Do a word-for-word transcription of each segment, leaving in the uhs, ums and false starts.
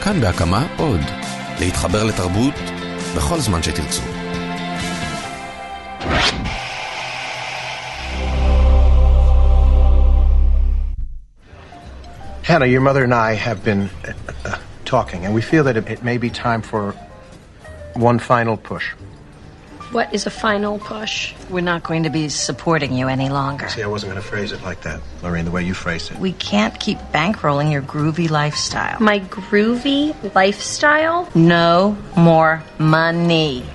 כאן בהקמה עוד. להתחבר לתרבות בכל זמן שתרצו. Hannah, your mother and I have been uh, talking, and we feel that it, it may be time for one final push. What is a final push? We're not going to be supporting you any longer. See, I wasn't going to phrase it like that, Lorraine, the way you phrased it. We can't keep bankrolling your groovy lifestyle. My groovy lifestyle? No more money.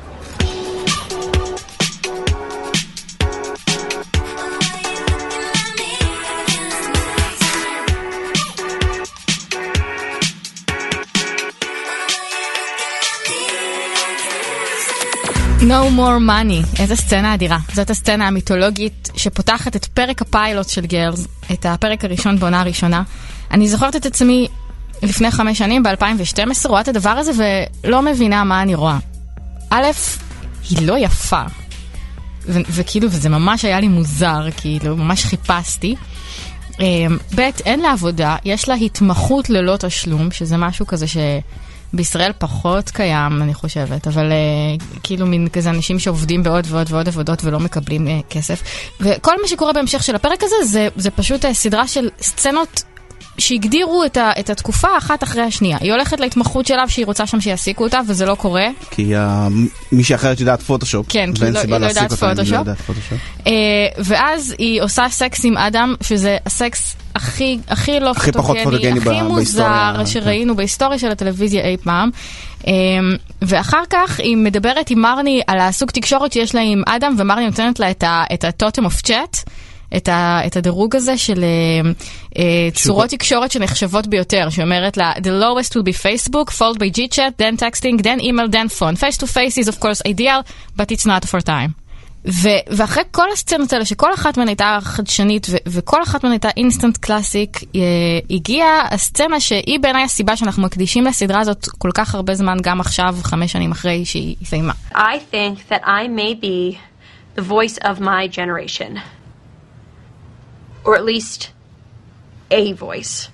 No more money. איזו סצנה אדירה. זאת הסצנה המיתולוגית שפותחת את פרק הפיילוט של גרלס, את הפרק הראשון בעונה הראשונה. אני זוכרת את עצמי לפני חמש שנים, ב-אלפיים ושתים עשרה, רואה את הדבר הזה ולא מבינה מה אני רואה. א', היא לא יפה. ו- וכאילו, וזה ממש היה לי מוזר, כאילו, ממש חיפשתי. ב', אין לה עבודה, יש לה התמחות ללא תשלום, שזה משהו כזה ש... בישראל פחות קיים, אני חושבת, אבל uh, כאילו מין כזה אנשים שעובדים בעוד ועוד ועוד עבודות ולא מקבלים uh, כסף. וכל מה שקורה בהמשך של הפרק הזה, זה, זה פשוט uh, סדרה של סצנות שהגדירו את, ה, את התקופה אחת אחרי השנייה. היא הולכת להתמחות שלה שהיא רוצה שם שיעסיקו אותה, וזה לא קורה. כי uh, מישהי אחרת יודעת פוטושופ. כן, כי לא, היא לא יודעת פוטושופ. לא פוטושופ. Uh, ואז היא עושה סקס עם אדם, שזה הסקס הכי, הכי לא הכי פחות פוטוגני, הכי מוזר שראינו בהיסטוריה של הטלוויזיה אי פעם. Um, ואחר כך היא מדברת עם מרני על הסוג תקשורת שיש לה עם אדם, ומרני נותנת לה את, ה, את הטוטם אוף צ'אט, את, ה, את הדירוג הזה של uh, uh, צורות תקשורת שנחשבות ביותר, שאומרת לה, the lowest will be Facebook, followed by G-Chat, then texting, then email, then phone. Face to face is of course ideal, but it's not for time. ו- ואחרי כל הסצנות האלה, שכל אחת מהן הייתה חדשנית, ו- וכל אחת מהן הייתה אינסטנט קלאסיק, הגיעה הסצנה שהיא בעיניי הסיבה שאנחנו מקדישים לסדרה הזאת כל כך הרבה זמן, גם עכשיו, חמש שנים אחרי שהיא סיימה. I think that I may be the voice of my generation. Or at least a voice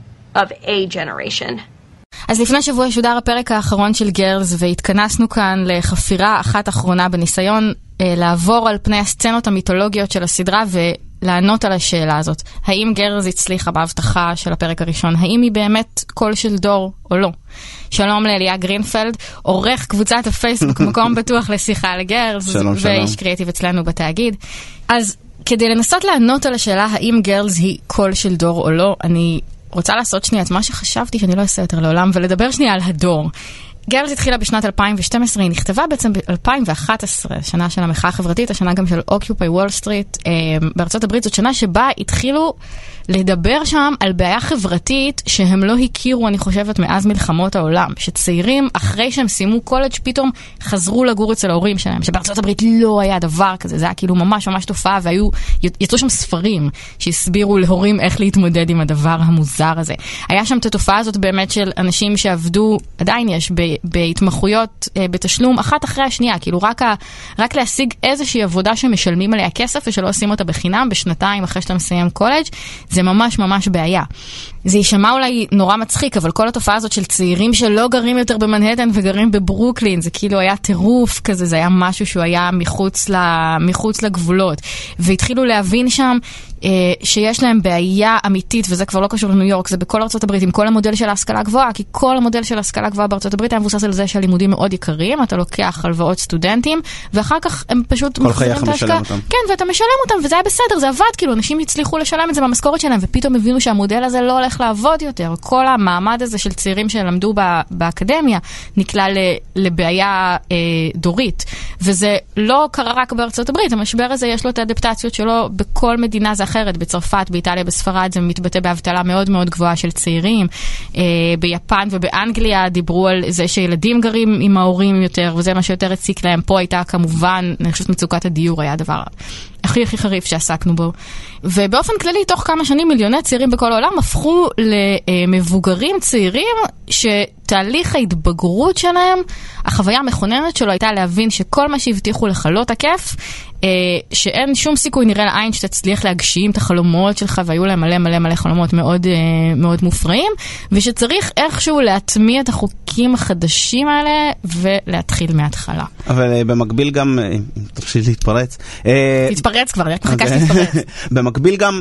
of a generation. אז לפני שבוע שודר הפרק האחרון של גרלס, והתכנסנו כאן לחפירה אחת אחרונה בניסיון אה, לעבור על פני הסצנות המיתולוגיות של הסדרה ולענות על השאלה הזאת. האם גרלס הצליחה בהבטחה של הפרק הראשון? האם היא באמת קול של דור או לא? שלום לאליה גרינפלד, עורך קבוצת הפייסבוק מקום בטוח לשיחה לגרלס, ואיש קריאטיב אצלנו בתאגיד. אז כדי לנסות לענות על השאלה האם גרלס היא קול של דור או לא, אני רוצה לעשות שנייה את מה שחשבתי שאני לא אעשה יותר לעולם, ולדבר שנייה על הדור. גרלס התחילה בשנת אלפיים ושתים עשרה, היא נכתבה בעצם ב-אלפיים ואחת עשרה, שנה של המחאה החברתית, השנה גם של אוקיופאי וול סטריט, בארצות הברית, זאת שנה שבה התחילו לדבר שם על בעיה חברתית שהם לא הכירו, אני חושבת, מאז מלחמות העולם, שצעירים אחרי שהם סיימו קולג' פתאום חזרו לגור אצל ההורים שלהם, שבארצות הברית לא היה דבר כזה, זה היה כאילו ממש ממש תופעה, והיו, יצאו שם ספרים שהסבירו להורים איך להתמודד עם הדבר המוזר הזה. היה שם את התופעה הזאת באמת של אנשים שעבדו, עדיין יש, בהתמחויות, בתשלום, אחת אחרי השנייה, כאילו רק, ה, רק להשיג איזושהי עבודה שמשלמים עליה כסף, ושלא עושים אותה בחינם בשנתיים אחרי שאתה מסיים קולג', זה ממש ממש בעיה. זה יישמע אולי נורא מצחיק, אבל כל התופעה הזאת של צעירים שלא גרים יותר במנהטן וגרים בברוקלין, זה כאילו היה טירוף כזה, זה היה משהו שהוא היה מחוץ, ל, מחוץ לגבולות. והתחילו להבין שם אה, שיש להם בעיה אמיתית, וזה כבר לא קשור לניו יורק, זה בכל ארצות הברית, עם כל המודל של ההשכלה הגבוהה, כי כל המודל של ההשכלה הגבוהה בארצות הברית היה מבוסס על זה שהלימודים מאוד יקרים, אתה לוקח הלוואות סטודנטים, ואחר כך הם פשוט מחזירים את ההשקעה. כן, ואתה משלם אותם, וזה היה בסדר, זה עבד, כאילו, אנשים הצליחו לשלם את זה במשכורת שלהם, ופתאום הבינו שהמודל הזה לא הולך לעבוד יותר. כל המעמד הזה של צעירים שלמדו באקדמיה נקלע לבעיה אה, דורית. וזה לא קרה רק בארצות הברית. המשבר הזה יש לו את האדפטציות שלו בכל מדינה זה אחרת. בצרפת, באיטליה, בספרד, זה מתבטא באבטלה מאוד מאוד גבוהה של צעירים. אה, ביפן ובאנגליה דיברו על זה שילדים גרים עם ההורים יותר, וזה מה שיותר הציק להם. פה הייתה כמובן, אני חושבת מצוקת הדיור היה הדבר הכי הכי חריף שעסקנו בו. ובאופן כללי, תוך כמה שנים מיליוני צעירים בכל העולם הפכו למבוגרים צעירים שתהליך ההתבגרות שלהם, החוויה המכוננת שלו הייתה להבין שכל מה שהבטיחו לך לא תקף, שאין שום סיכוי נראה לעין שתצליח להגשים את החלומות שלך, והיו להם מלא מלא מלא חלומות מאוד, מאוד מופרעים, ושצריך איכשהו להטמיע את החוקים החדשים האלה ולהתחיל מההתחלה. אבל במקביל גם, אם תרשי להתפרץ, להתפרץ כבר, רק מחכה שתתפרץ. במקביל גם,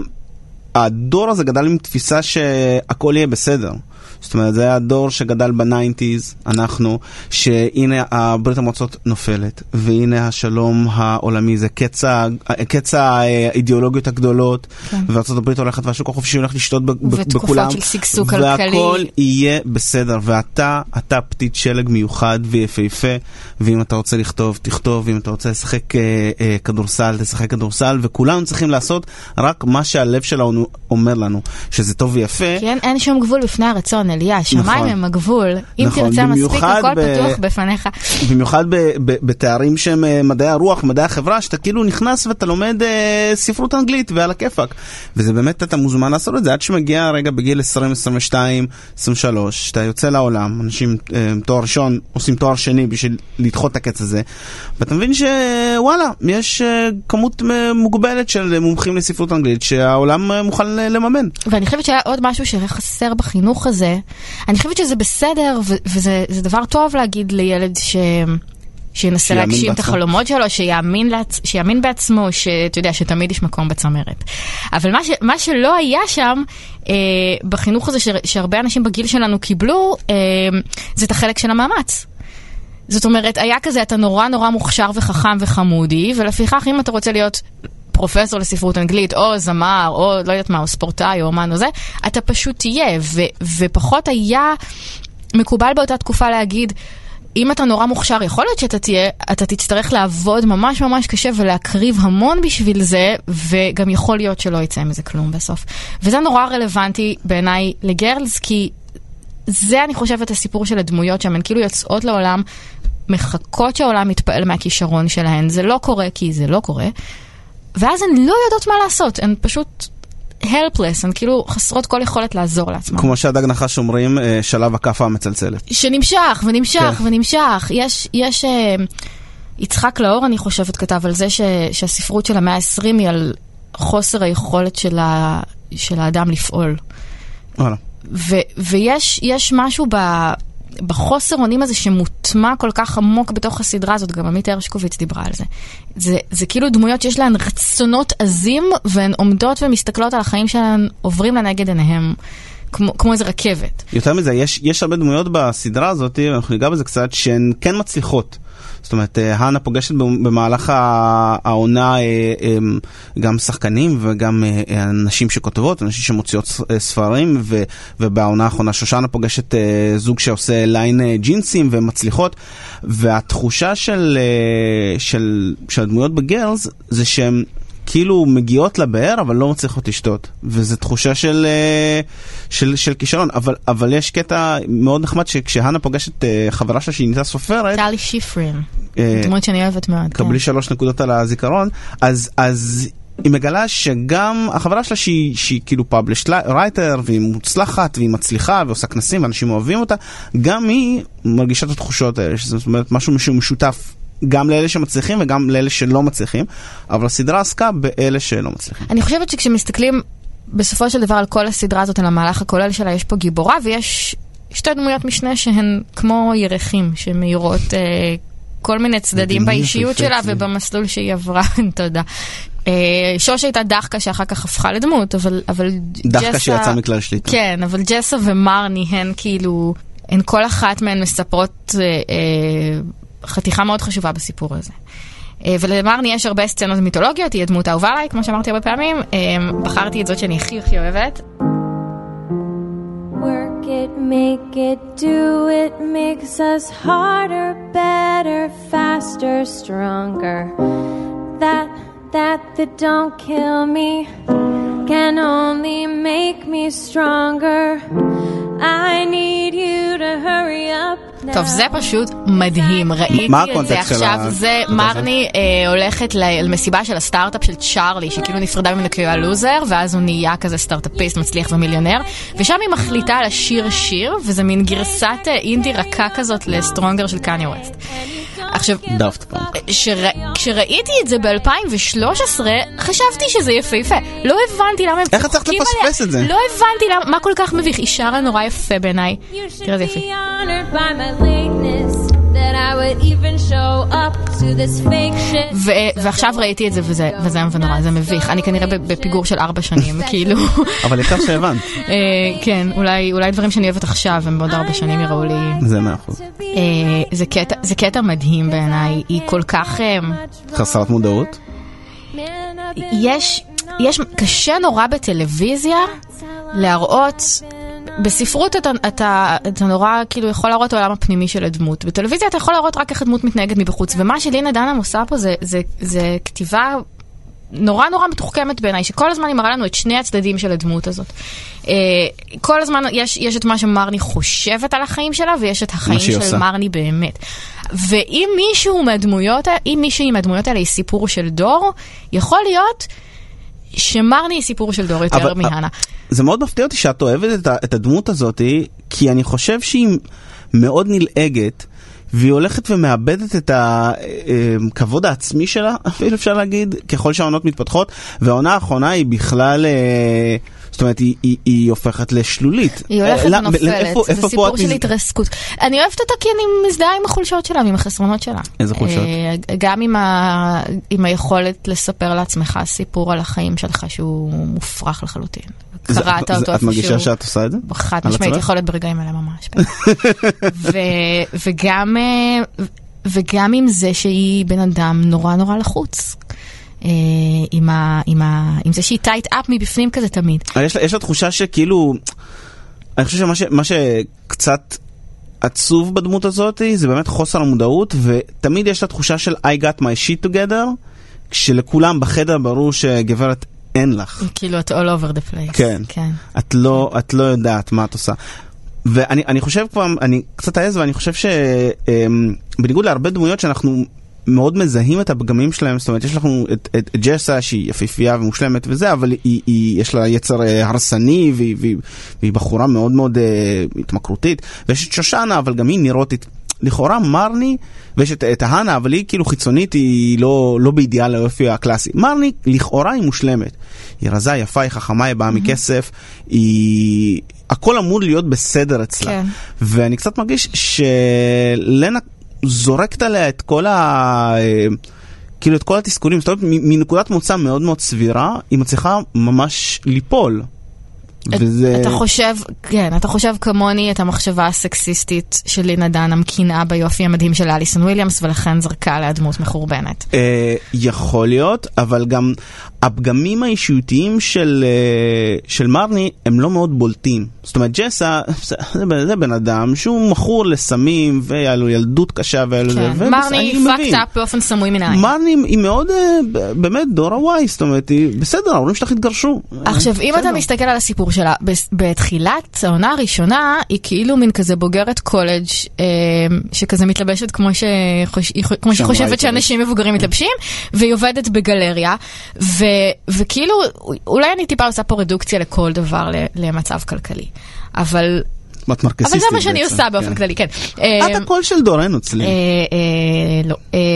הדור הזה גדל עם תפיסה שהכל יהיה בסדר. זאת אומרת, זה היה הדור שגדל בניינטיז, אנחנו, שהנה הברית המועצות נופלת, והנה השלום העולמי, זה קצה, קצה האידיאולוגיות הגדולות, כן. וארצות הברית הולכת והשוק החופשי הולך לשתות בכולם, ותקופות של סגסוג כלכלי. והכל יהיה בסדר, ואתה, אתה פתית שלג מיוחד ויפהפה, ואם אתה רוצה לכתוב, תכתוב, ואם אתה רוצה לשחק אה, אה, כדורסל, תשחק כדורסל, וכולנו צריכים לעשות רק מה שהלב שלנו אומר לנו, שזה טוב ויפה. כן, אין שום גבול בפני הרצון. אליה, שמיים הם הגבול. אם תרצה מספיק, הכל פתוח בפניך. במיוחד בתארים שהם מדעי הרוח, מדעי החברה, שאתה כאילו נכנס ואתה לומד ספרות אנגלית ועל הכיפק. וזה באמת, אתה מוזמן לעשות את זה. עד שמגיע רגע בגיל עשרים, עשרים ושתיים, עשרים ושלוש, שאתה יוצא לעולם, אנשים תואר ראשון עושים תואר שני בשביל לדחות את הקץ הזה. ואתה מבין שוואלה, יש כמות מוגבלת של מומחים לספרות אנגלית שהעולם מוכן לממן. ואני חושבת שהיה עוד משהו שחסר בחינוך הזה. אני חושבת שזה בסדר, ו- וזה זה דבר טוב להגיד לילד ש... שינסה להגשים את החלומות שלו, שיאמין, לעצ... שיאמין בעצמו, שאתה יודע, שתמיד יש מקום בצמרת. אבל מה, ש... מה שלא היה שם, אה, בחינוך הזה ש... שהרבה אנשים בגיל שלנו קיבלו, אה, זה את החלק של המאמץ. זאת אומרת, היה כזה, אתה נורא נורא מוכשר וחכם וחמודי, ולפיכך אם אתה רוצה להיות פרופסור לספרות אנגלית, או זמר, או לא יודעת מה, או ספורטאי, או אומן או זה, אתה פשוט תהיה, ו- ופחות היה מקובל באותה תקופה להגיד, אם אתה נורא מוכשר, יכול להיות שאתה תהיה, אתה תצטרך לעבוד ממש ממש קשה, ולהקריב המון בשביל זה, וגם יכול להיות שלא יצא מזה כלום בסוף. וזה נורא רלוונטי בעיניי לגרלס, כי זה אני חושבת הסיפור של הדמויות, שהן כאילו יוצאות לעולם, מחכות שהעולם מתפעל מהכישרון שלהן, זה לא קורה כי זה לא קורה, ואז הן לא יודעות מה לעשות, הן פשוט helpless, הן כאילו חסרות כל יכולת לעזור לעצמם. כמו שהדג נחש אומרים, שלב הכף המצלצלת. שנמשך ונמשך כן. ונמשך. יש, יש, יצחק לאור אני חושבת כתב על זה ש, שהספרות של המאה ה-עשרים היא על חוסר היכולת של, ה, של האדם לפעול. וואלה. ו, ויש יש משהו ב... בחוסר אונים הזה שמוטמע כל כך עמוק בתוך הסדרה הזאת, גם עמית הרשקוביץ דיברה על זה. זה, זה כאילו דמויות שיש להן רצונות עזים, והן עומדות ומסתכלות על החיים שלהן, עוברים לנגד עיניהם, כמו, כמו איזה רכבת. יותר מזה, יש, יש הרבה דמויות בסדרה הזאת, ואנחנו ניגע בזה קצת, שהן כן מצליחות. זאת אומרת, הנה פוגשת במהלך העונה גם שחקנים וגם אנשים שכותבות, אנשים שמוציאות ספרים, ובעונה האחרונה שושנה פוגשת זוג שעושה ליין ג'ינסים ומצליחות, והתחושה של, של, של הדמויות בגרלס זה שהן כאילו מגיעות לבאר, אבל לא מצליחות לשתות. וזו תחושה של, של, של כישרון. אבל, אבל יש קטע מאוד נחמד שכשהנה פוגשת חברה שלה שהיא נהייתה סופרת. טלי שיפרין. דמות שאני אוהבת מאוד. קבלי שלוש נקודות על הזיכרון. אז, אז היא מגלה שגם החברה שלה שהיא, שהיא כאילו published writer, והיא מוצלחת, והיא מצליחה, ועושה כנסים, ואנשים אוהבים אותה, גם היא מרגישה את התחושות האלה. זאת אומרת, משהו משותף. גם לאלה שמצליחים וגם לאלה שלא מצליחים, אבל הסדרה עסקה באלה שלא מצליחים. אני חושבת שכשמסתכלים בסופו של דבר על כל הסדרה הזאת, על המהלך הכולל שלה, יש פה גיבורה, ויש שתי דמויות משנה שהן כמו ירחים, שמאירות אה, כל מיני צדדים באישיות שלה ובמסלול שהיא עברה. תודה. אה, שוש הייתה דחקה שאחר כך הפכה לדמות, אבל, אבל דחקה ג'סה... שיצאה מכלל שליטה. כן, אבל ג'סה ומרני הן כאילו, הן כל אחת מהן מספרות... אה, אה, חתיכה מאוד חשובה בסיפור הזה. ולמרני יש הרבה סצנות מיתולוגיות, היא הדמות האהובה עליי, כמו שאמרתי הרבה פעמים. בחרתי את זאת שאני הכי הכי אוהבת. Work it, make it, do it, makes us harder, better, faster, stronger. That, that, that don't kill me, can only make me stronger. I need you to hurry up טוב, זה פשוט מדהים. ראיתי את זה עכשיו. זה מרני הולכת למסיבה של הסטארט-אפ של צ'ארלי, שכאילו נפרדה ממנו כי הוא היה לוזר, ואז הוא נהיה כזה סטארט-אפיסט מצליח ומיליונר, ושם היא מחליטה על השיר שיר, וזה מין גרסת אינדי רכה כזאת לסטרונגר של קניה ווסט. עכשיו, כשראיתי את זה ב-אלפיים ושלוש עשרה, חשבתי שזה יפהפה. לא הבנתי למה הם איך את צריכה לפספס את זה? לא הבנתי למה, מה כל כך מביך. היא שרה נורא יפה בעיניי. תראה, זה יפה. ועכשיו ראיתי את זה, וזה נורא, זה מביך. אני כנראה בפיגור של ארבע שנים, כאילו. אבל יקר שהבנת. כן, אולי דברים שאני אוהבת עכשיו, הם בעוד ארבע שנים יראו לי. זה מאה אחוז. זה קטע מדהים בעיניי. היא כל כך... חסרת מודעות? יש, יש, קשה נורא בטלוויזיה להראות, בספרות אתה, אתה, אתה נורא כאילו יכול להראות העולם הפנימי של הדמות. בטלוויזיה אתה יכול להראות רק איך הדמות מתנהגת מבחוץ. ומה שלינה דנהאם עושה פה זה, זה, זה כתיבה נורא נורא מתוחכמת בעיניי, שכל הזמן היא מראה לנו את שני הצדדים של הדמות הזאת. כל הזמן יש, יש את מה שמרני חושבת על החיים שלה, ויש את החיים של עושה. מרני באמת. ואם מישהו מהדמויות, אם מישהי מהדמויות האלה היא סיפור של דור, יכול להיות שמרני היא סיפור של דור יותר מהנה. זה מאוד מפתיע אותי שאת אוהבת את, את הדמות הזאת, כי אני חושב שהיא מאוד נלעגת, והיא הולכת ומאבדת את הכבוד העצמי שלה, אפילו אפשר להגיד, ככל שהעונות מתפתחות, והעונה האחרונה היא בכלל, זאת אומרת, היא, היא, היא הופכת לשלולית. היא הולכת ונופלת, זה סיפור של התרסקות. אני אוהבת אותה כי אני מזדהה עם החולשות שלה, עם החסרונות שלה. איזה חולשות? גם עם, ה... עם היכולת לספר לעצמך סיפור על החיים שלך, שהוא מופרך לחלוטין. קראת אותו. את מרגישה שאת עושה את זה? חד משמעית, יכולת ברגעים האלה ממש. וגם וגם עם זה שהיא בן אדם נורא נורא לחוץ. עם, ה, עם, ה, עם זה שהיא טייט אפ מבפנים כזה תמיד. יש לה, יש לה תחושה שכאילו, אני חושב שמה ש, מה שקצת עצוב בדמות הזאת זה באמת חוסר המודעות, ותמיד יש לה תחושה של I got my shit together, כשלכולם בחדר ברור שגברת אין לך. כאילו את all over the place. כן. כן. את לא, את לא יודעת מה את עושה. ואני אני חושב כבר, אני קצת העז, ואני חושב שבניגוד להרבה דמויות שאנחנו מאוד מזהים את הפגמים שלהם, זאת אומרת, יש לנו את, את, את ג'סה שהיא יפיפייה ומושלמת וזה, אבל היא, היא, יש לה יצר הרסני, והיא, והיא, והיא בחורה מאוד מאוד uh, התמכרותית, ויש את שושנה, אבל גם היא נראותית, לכאורה מרני, ויש את, את ההנה, אבל היא כאילו חיצונית, היא לא, לא באידיאל היופי הקלאסי. מרני, לכאורה היא מושלמת. היא רזה, יפה, היא חכמה, היא באה mm-hmm. מכסף, היא... הכל אמור להיות בסדר אצלה. כן. ואני קצת מרגיש שלנה זורקת עליה את כל ה... כאילו את כל התסכולים, זאת אומרת, מנקודת מוצא מאוד מאוד סבירה, היא מצליחה ממש ליפול. וזה... אתה חושב, כן, אתה חושב כמוני את המחשבה הסקסיסטית של לינה דנהאם קנאה ביופי המדהים של אליסון וויליאמס, ולכן זרקה עליה דמות מחורבנת. אה, יכול להיות, אבל גם הפגמים האישיותיים של, של מרני הם לא מאוד בולטים. זאת אומרת, ג'סה, זה, זה בן אדם שהוא מכור לסמים, והיה לו ילדות קשה, והיה לו כן. זה. מרני פאקט אפ באופן סמוי מן העין. מרני היא מאוד, באמת, דור הוואי, זאת אומרת, היא בסדר, ההורים שלך התגרשו. עכשיו, אם אתה מסתכל על הסיפור שלה, בתחילת העונה הראשונה, היא כאילו מין כזה בוגרת קולג' שכזה מתלבשת כמו שחושבת שאנשים מבוגרים מתלבשים, והיא עובדת בגלריה, וכאילו, אולי אני טיפה עושה פה רדוקציה לכל דבר למצב כלכלי. אבל... אבל זה מה שאני עושה באופן כללי, כן. את הקול של דורנו אצלי. לא.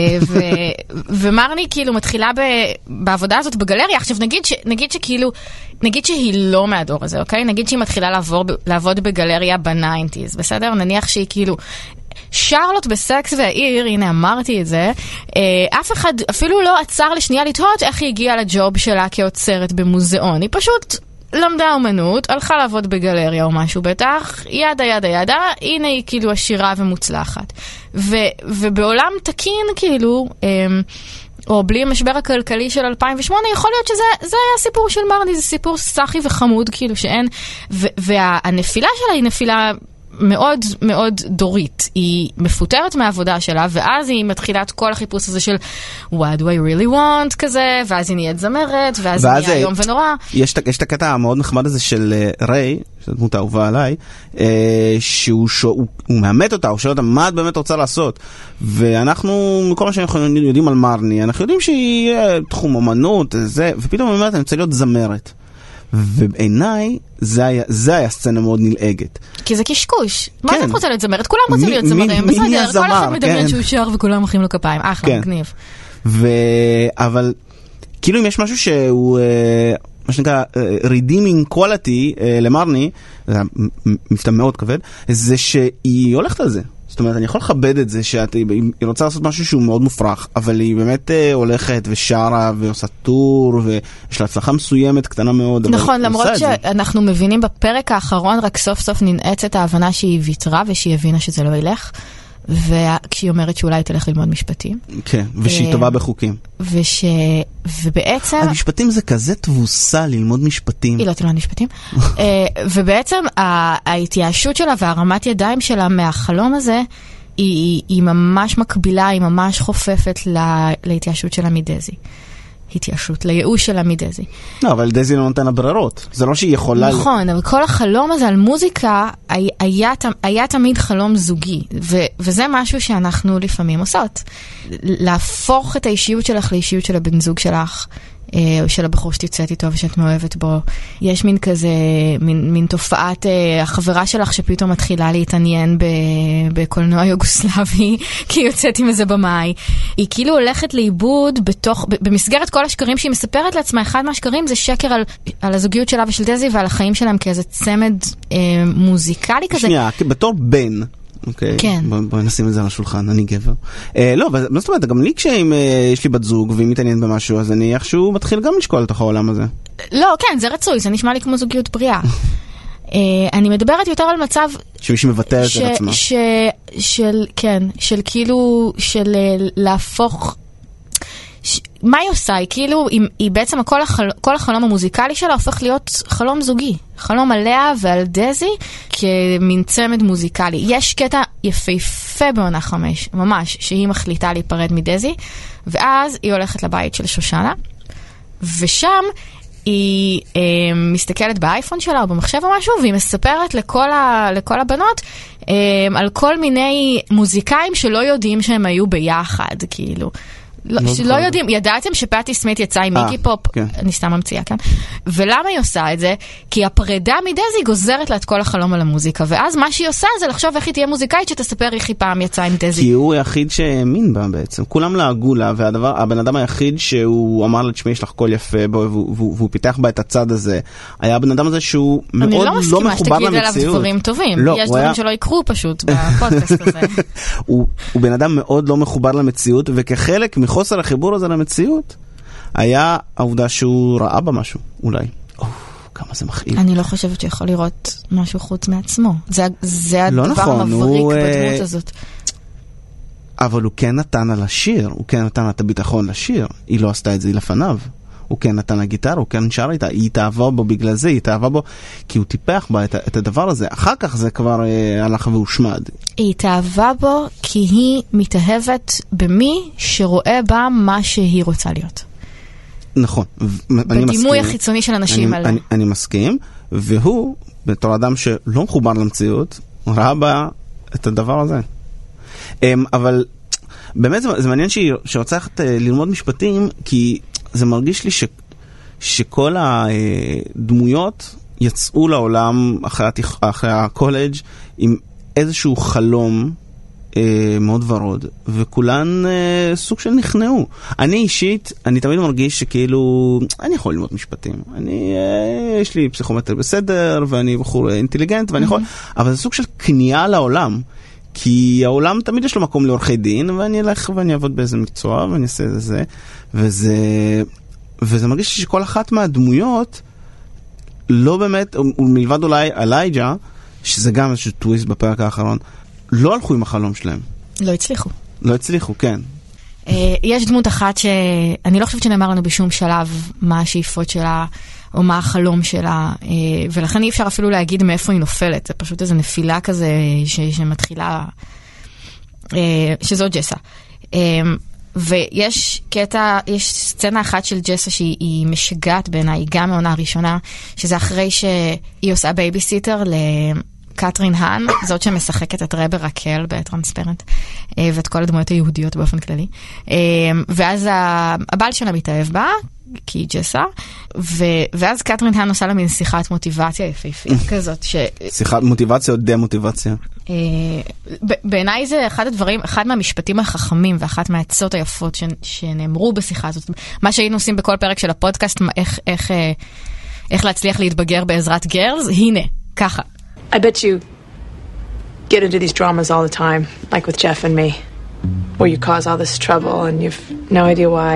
ומרני כאילו מתחילה בעבודה הזאת בגלריה. עכשיו נגיד שכאילו, נגיד שהיא לא מהדור הזה, אוקיי? נגיד שהיא מתחילה לעבוד בגלריה בניינטיז, בסדר? נניח שהיא כאילו... שרלוט בסקס והעיר, הנה אמרתי את זה, אף אחד אפילו לא עצר לשנייה לתהות איך היא הגיעה לג'וב שלה כאוצרת במוזיאון. היא פשוט... למדה אומנות, הלכה לעבוד בגלריה או משהו בטח, ידה ידה ידה, הנה היא כאילו עשירה ומוצלחת. ו, ובעולם תקין כאילו, או בלי המשבר הכלכלי של אלפיים ושמונה, יכול להיות שזה זה היה סיפור של מרני, זה סיפור סחי וחמוד כאילו שאין, ו, והנפילה שלה היא נפילה מאוד מאוד דורית. היא מפוטרת מהעבודה שלה, ואז היא מתחילה את כל החיפוש הזה של what do I really want כזה, ואז היא נהיית זמרת, ואז היא נהיה יום ונורא. יש את הקטע המאוד נחמד הזה של ריי, שזאת דמות האהובה עליי, שהוא מאמת אותה, הוא שואל אותה מה את באמת רוצה לעשות. ואנחנו, מכל מה שאנחנו יודעים על מרני, אנחנו יודעים שהיא תחום אומנות, ופתאום היא אומרת, אני רוצה להיות זמרת. ובעיניי זה היה, זה היה סצנה מאוד נלעגת. כי זה קשקוש. מה אתה רוצה להיות זמרת? כולם רוצים להיות זמרים. בסדר, כל אחד מדמיין שהוא שר וכולם מוחאים לו כפיים. אחלה, מגניב. אבל כאילו אם יש משהו שהוא מה שנקרא redeeming quality למרני, זה מבטא מאוד כבד, זה שהיא הולכת על זה. זאת אומרת, אני יכול לכבד את זה שהיא רוצה לעשות משהו שהוא מאוד מופרך, אבל היא באמת הולכת ושרה ועושה טור, ויש לה הצלחה מסוימת, קטנה מאוד. נכון, למרות שאנחנו מבינים בפרק האחרון, רק סוף סוף ננעץ את ההבנה שהיא ויתרה, ושהיא הבינה שזה לא ילך, וכשהיא אומרת שאולי תלך ללמוד משפטים. כן, ושהיא טובה בחוקים. וש... ובעצם... המשפטים זה כזה תבוסה ללמוד משפטים. היא לא תלמד משפטים. ובעצם ההתייאשות שלה והרמת ידיים שלה מהחלום הזה, היא, היא ממש מקבילה, היא ממש חופפת להתייאשות שלה מדזי. התייאשות, לייאוש שלה מדזי. לא, אבל דזי לא נותן הברירות. זה לא שהיא יכולה... נכון, אבל כל החלום הזה על מוזיקה היה, היה תמיד חלום זוגי, ו, וזה משהו שאנחנו לפעמים עושות. להפוך את האישיות שלך לאישיות של הבן זוג שלך, או של הבחור שתצאת איתו ושאת מאוהבת בו. יש מין כזה, מין, מין תופעת החברה שלך שפתאום מתחילה להתעניין בקולנוע יוגוסלבי, כי היא יוצאת עם איזה במאי. היא כאילו הולכת לאיבוד בתוך, במסגרת כל השקרים שהיא מספרת לעצמה, אחד מהשקרים זה שקר על, על הזוגיות שלה ושל דזי ועל החיים שלהם כאיזה צמד אה, מוזיקלי כזה. שנייה, בתור בן, אוקיי, כן. בואי בוא נשים את זה על השולחן, אני גבר. אה, לא, אבל זאת אומרת, גם לי כשאם אה, יש לי בת זוג והיא מתעניינת במשהו, אז אני איכשהו מתחיל גם לשקול לתוך העולם הזה. לא, כן, זה רצוי, זה נשמע לי כמו זוגיות בריאה. אה, אני מדברת יותר על מצב... שמישהו מבטא את זה לעצמה. ש, של, כן, של כאילו, של להפוך... ש... מה היא עושה? היא כאילו, היא, היא בעצם כל, החל... כל החלום המוזיקלי שלה הופך להיות חלום זוגי. חלום עליה ועל דזי כמין צמד מוזיקלי. יש קטע יפהפה בעונה חמש, ממש, שהיא מחליטה להיפרד מדזי, ואז היא הולכת לבית של שושנה, ושם היא אה, מסתכלת באייפון שלה או במחשב או משהו, והיא מספרת לכל, ה... לכל הבנות אה, על כל מיני מוזיקאים שלא יודעים שהם היו ביחד, כאילו. לא, שלא יודעים, ידעתם שפאטי סמית יצאה עם מיגי פופ, כן. אני סתם ממציאה כאן. ולמה היא עושה את זה? כי הפרידה מדזי גוזרת לה את כל החלום על המוזיקה, ואז מה שהיא עושה זה לחשוב איך היא תהיה מוזיקאית שתספר איך היא פעם יצאה עם דזי. כי הוא היחיד שהאמין בה בעצם, כולם לעגו לה, והבן אדם היחיד שהוא אמר לה, תשמעי, יש לך קול יפה בו, והוא, והוא, והוא פיתח בה את הצד הזה, היה הבן אדם הזה שהוא מאוד לא מחובר למציאות. אני לא מסכימה שתגיד עליו דברים טובים, לא, יש דברים היה... שלא יקרו פשוט בפודקאסט הזה. הוא, הוא בן אדם מאוד לא מחובר למציאות, וכחלק מחוסר החיבור הזה למציאות, היה העובדה שהוא ראה בה משהו, אולי. או, כמה זה מכאיב. אני לא חושבת שיכול לראות משהו חוץ מעצמו. זה, זה הדבר לא נכון, המבריק הוא, בדמות הזאת. אבל הוא כן נתן על השיר, הוא כן נתן את הביטחון לשיר. היא לא עשתה את זה לפניו. הוא כן נתן לגיטרה, הוא כן שר איתה. היא התאהבה בו בגלל זה, היא התאהבה בו כי הוא טיפח בה את, את הדבר הזה. אחר כך זה כבר אה, הלך והושמד. היא התאהבה בו כי היא מתאהבת במי שרואה בה מה שהיא רוצה להיות. נכון. בדימוי החיצוני של אנשים אני, אני, אני מסכים, והוא, בתור אדם שלא מחובר למציאות, ראה בה את הדבר הזה. אבל באמת זה, זה מעניין שהיא שרוצה ללמוד משפטים, כי זה מרגיש לי ש, שכל הדמויות יצאו לעולם אחרי, אחרי הקולג' עם איזשהו חלום אה, מאוד ורוד, וכולן אה, סוג של נכנעו. אני אישית, אני תמיד מרגיש שכאילו, אני יכול ללמוד משפטים. אני, אה, יש לי פסיכומטר בסדר, ואני בחור אינטליגנט, ואני יכול, אבל זה סוג של כניעה לעולם. כי העולם תמיד יש לו מקום לעורכי דין, ואני אלך ואני אעבוד באיזה מקצוע, ואני אעשה את זה, וזה, וזה מרגיש שכל אחת מהדמויות, לא באמת, ומלבד אולי אלייג'ה, שזה גם איזשהו טוויסט בפרק האחרון, לא הלכו עם החלום שלהם. לא הצליחו. לא הצליחו, כן. יש דמות אחת שאני לא חושבת שנאמר לנו בשום שלב מה השאיפות שלה, או מה החלום שלה, ולכן אי אפשר אפילו להגיד מאיפה היא נופלת, זה פשוט איזו נפילה כזה ש- שמתחילה, שזו ג'סה. ויש קטע, יש סצנה אחת של ג'סה שהיא משגעת בעיניי, גם מעונה הראשונה, שזה אחרי שהיא עושה בייביסיטר לקטרין האן, זאת שמשחקת את רבר רקל בטרנספרנט, ואת כל הדמויות היהודיות באופן כללי. ואז הבעל שלה מתאהב בה, כי היא ג'סה, ואז קטרין האן עושה לה מין שיחת מוטיבציה יפהפייה כזאת. שיחת מוטיבציה או דה-מוטיבציה? בעיניי זה אחד הדברים, אחד מהמשפטים החכמים ואחת מהעצות היפות שנאמרו בשיחה הזאת. מה שהיינו עושים בכל פרק של הפודקאסט, איך להצליח להתבגר בעזרת גרלס, הנה, ככה. I bet you get into these dramas all the time, like with Jeff and me, where you cause all this trouble and you've no idea why.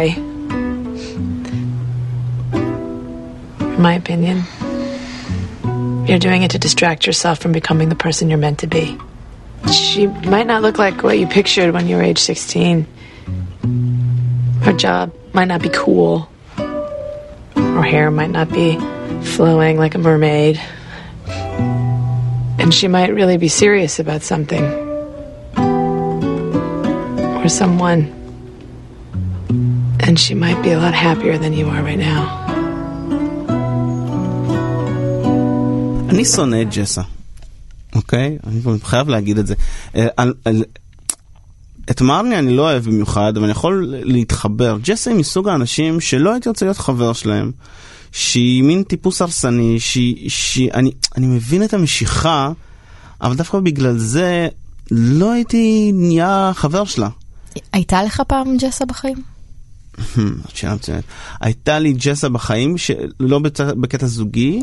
In my opinion, you're doing it to distract yourself from becoming the person you're meant to be. She might not look like what you pictured when you were age sixteen. Her job might not be cool. Her hair might not be flowing like a mermaid. And she might really be serious about something. Or someone. And she might be a lot happier than you are right now. אני שונא את ג'סה, אוקיי? אני חייב להגיד את זה. את מרני אני לא אוהב במיוחד, אבל אני יכול להתחבר. ג'סה היא מסוג האנשים שלא הייתי רוצה להיות חבר שלהם, שהיא מין טיפוס הרסני, שאני מבין את המשיכה, אבל דווקא בגלל זה לא הייתי נהיה חבר שלה. הייתה לך פעם ג'סה בחיים? שאלה מצוינת. הייתה לי ג'סה בחיים, לא בקטע זוגי,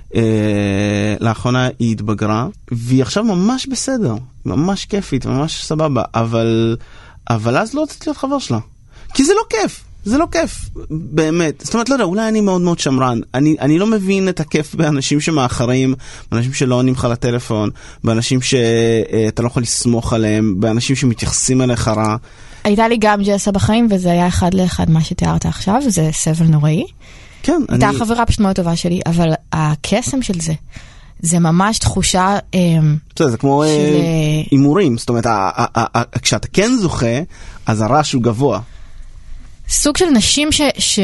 לאחרונה היא התבגרה, והיא עכשיו ממש בסדר, ממש כיפית, ממש סבבה, אבל, אבל אז לא רציתי להיות חבר שלה. כי זה לא כיף, זה לא כיף, באמת. זאת אומרת, לא יודע, אולי אני מאוד מאוד שמרן. אני, אני לא מבין את הכיף באנשים שמאחרים, באנשים שלא עונים לך לטלפון, באנשים שאתה לא יכול לסמוך עליהם, באנשים שמתייחסים אליך רע. הייתה לי גם ג'סה בחיים, וזה היה אחד לאחד מה שתיארת עכשיו, זה סבל נוראי. כן, הייתה אני... חברה פשוט מאוד טובה שלי, אבל הקסם של זה, זה ממש תחושה... זה כמו אימורים, זאת אומרת, כשאתה כן זוכה, אז הרעש הוא גבוה. סוג של נשים ש, ש,